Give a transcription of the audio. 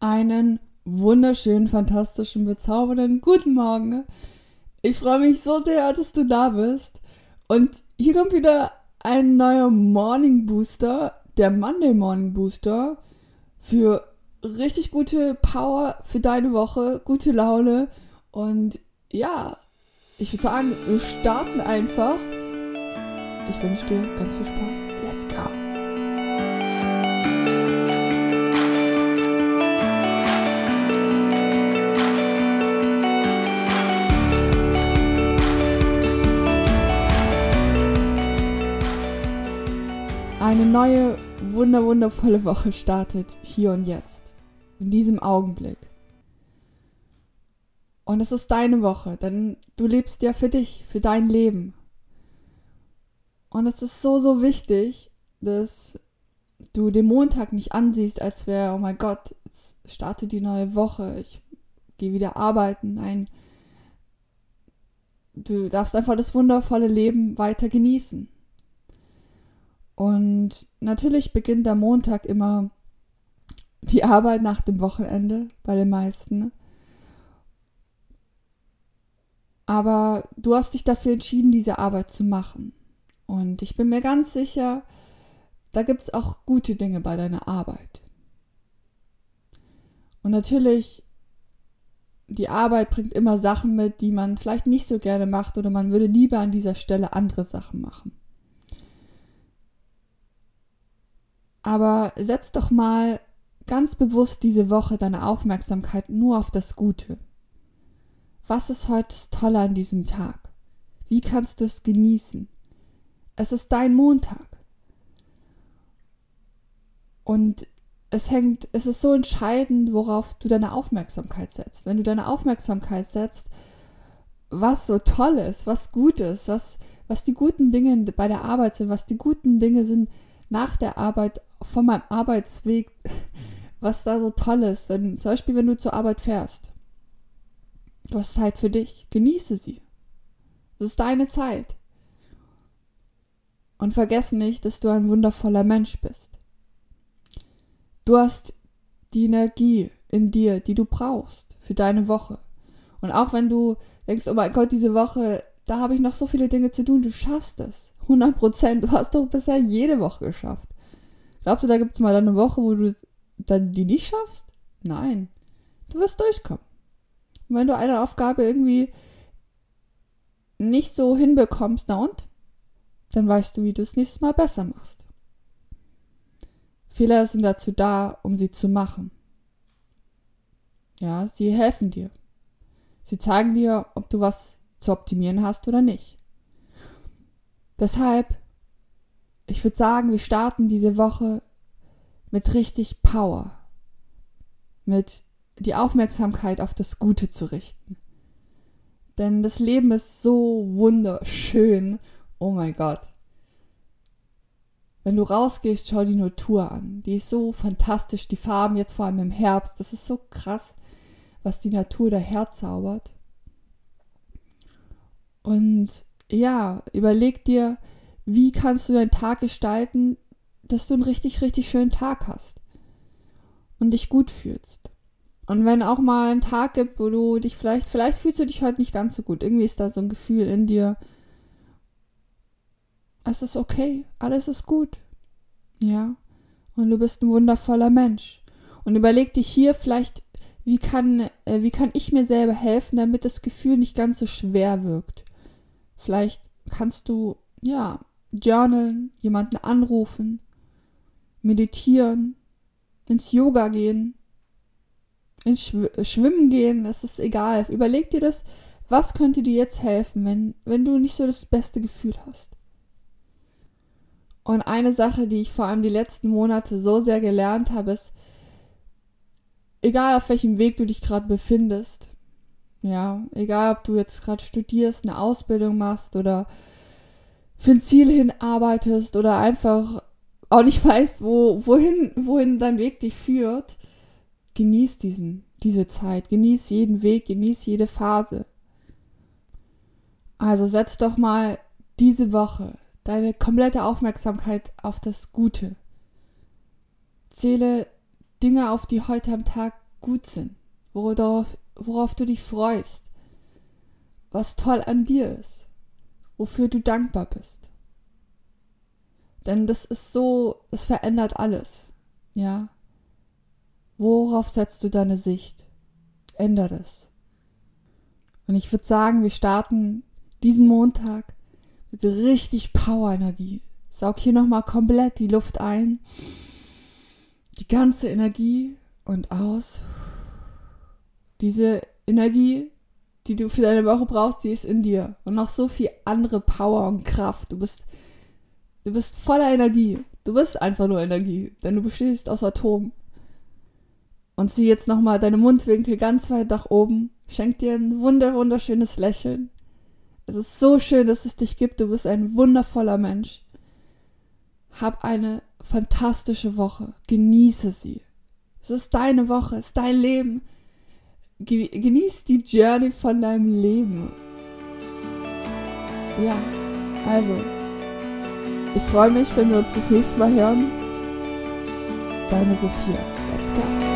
Einen wunderschönen, fantastischen, bezaubernden guten Morgen. Ich freue mich so sehr, dass du da bist. Und hier kommt wieder ein neuer Morning Booster, der Monday Morning Booster, für richtig gute Power für deine Woche, gute Laune. Und ja, ich würde sagen, wir starten einfach. Ich wünsche dir ganz viel Spaß. Let's go! Eine neue, wundervolle Woche startet hier und jetzt, in diesem Augenblick. Und es ist deine Woche, denn du lebst ja für dich, für dein Leben. Und es ist so wichtig, dass du den Montag nicht ansiehst, als wäre, oh mein Gott, jetzt startet die neue Woche, ich gehe wieder arbeiten. Nein, du darfst einfach das wundervolle Leben weiter genießen. Und natürlich beginnt der Montag immer die Arbeit nach dem Wochenende bei den meisten. Aber du hast dich dafür entschieden, diese Arbeit zu machen. Und ich bin mir ganz sicher, da gibt es auch gute Dinge bei deiner Arbeit. Und natürlich, die Arbeit bringt immer Sachen mit, die man vielleicht nicht so gerne macht oder man würde lieber an dieser Stelle andere Sachen machen. Aber setz doch mal ganz bewusst diese Woche deine Aufmerksamkeit nur auf das Gute. Was ist heute das Tolle an diesem Tag? Wie kannst du es genießen? Es ist dein Montag. Und es ist so entscheidend, worauf du deine Aufmerksamkeit setzt. Wenn du deine Aufmerksamkeit setzt, was so toll ist, was gut ist, was die guten Dinge bei der Arbeit sind, was die guten Dinge sind nach der Arbeit, von meinem Arbeitsweg, was da so toll ist. Zum Beispiel, wenn du zur Arbeit fährst. Du hast Zeit für dich. Genieße sie. Es ist deine Zeit. Und vergiss nicht, dass du ein wundervoller Mensch bist. Du hast die Energie in dir, die du brauchst für deine Woche. Und auch wenn du denkst, oh mein Gott, diese Woche, da habe ich noch so viele Dinge zu tun, du schaffst es. 100%. Du hast doch bisher jede Woche geschafft. Glaubst du, da gibt es mal eine Woche, wo du dann die nicht schaffst? Nein. Du wirst durchkommen. Und wenn du eine Aufgabe irgendwie nicht so hinbekommst, na und? Dann weißt du, wie du es nächstes Mal besser machst. Fehler sind dazu da, um sie zu machen. Ja, sie helfen dir. Sie zeigen dir, ob du was zu optimieren hast oder nicht. Deshalb, ich würde sagen, wir starten diese Woche mit richtig Power. Mit die Aufmerksamkeit auf das Gute zu richten. Denn das Leben ist so wunderschön. Oh mein Gott. Wenn du rausgehst, schau die Natur an. Die ist so fantastisch. Die Farben jetzt vor allem im Herbst. Das ist so krass, was die Natur daher zaubert. Und ja, überleg dir, wie kannst du deinen Tag gestalten, dass du einen richtig schönen Tag hast und dich gut fühlst. Und wenn auch mal ein Tag gibt, wo du dich vielleicht fühlst du dich heute nicht ganz so gut. Irgendwie ist da so ein Gefühl in dir, es ist okay, alles ist gut. Ja, und du bist ein wundervoller Mensch. Und überleg dich hier vielleicht, wie kann ich mir selber helfen, damit das Gefühl nicht ganz so schwer wirkt. Vielleicht kannst du, journalen, jemanden anrufen, meditieren, ins Yoga gehen, ins Schwimmen gehen, das ist egal. Überleg dir das, was könnte dir jetzt helfen, wenn du nicht so das beste Gefühl hast. Und eine Sache, die ich vor allem die letzten Monate so sehr gelernt habe, ist, egal auf welchem Weg du dich gerade befindest, ja, egal ob du jetzt gerade studierst, eine Ausbildung machst oder für ein Ziel hinarbeitest oder einfach auch nicht weißt, wohin dein Weg dich führt, genieß diese Zeit, genieß jeden Weg, genieß jede Phase. Also setz doch mal diese Woche deine komplette Aufmerksamkeit auf das Gute. Zähle Dinge auf, die heute am Tag gut sind, worauf du dich freust, was toll an dir ist, wofür du dankbar bist. Denn das verändert alles, ja. Worauf setzt du deine Sicht? Änder das. Und ich würde sagen, wir starten diesen Montag mit richtig Power-Energie. Saug hier nochmal komplett die Luft ein, die ganze Energie und aus. Diese Energie, die du für deine Woche brauchst, die ist in dir. Und noch so viel andere Power und Kraft. Du bist voller Energie. Du bist einfach nur Energie, denn du bestehst aus Atomen. Und zieh jetzt nochmal deine Mundwinkel ganz weit nach oben. Schenk dir ein wunderschönes Lächeln. Es ist so schön, dass es dich gibt. Du bist ein wundervoller Mensch. Hab eine fantastische Woche. Genieße sie. Es ist deine Woche, es ist dein Leben. Genieß die Journey von deinem Leben. Ja, also, ich freue mich, wenn wir uns das nächste Mal hören. Deine Sophia. Let's go.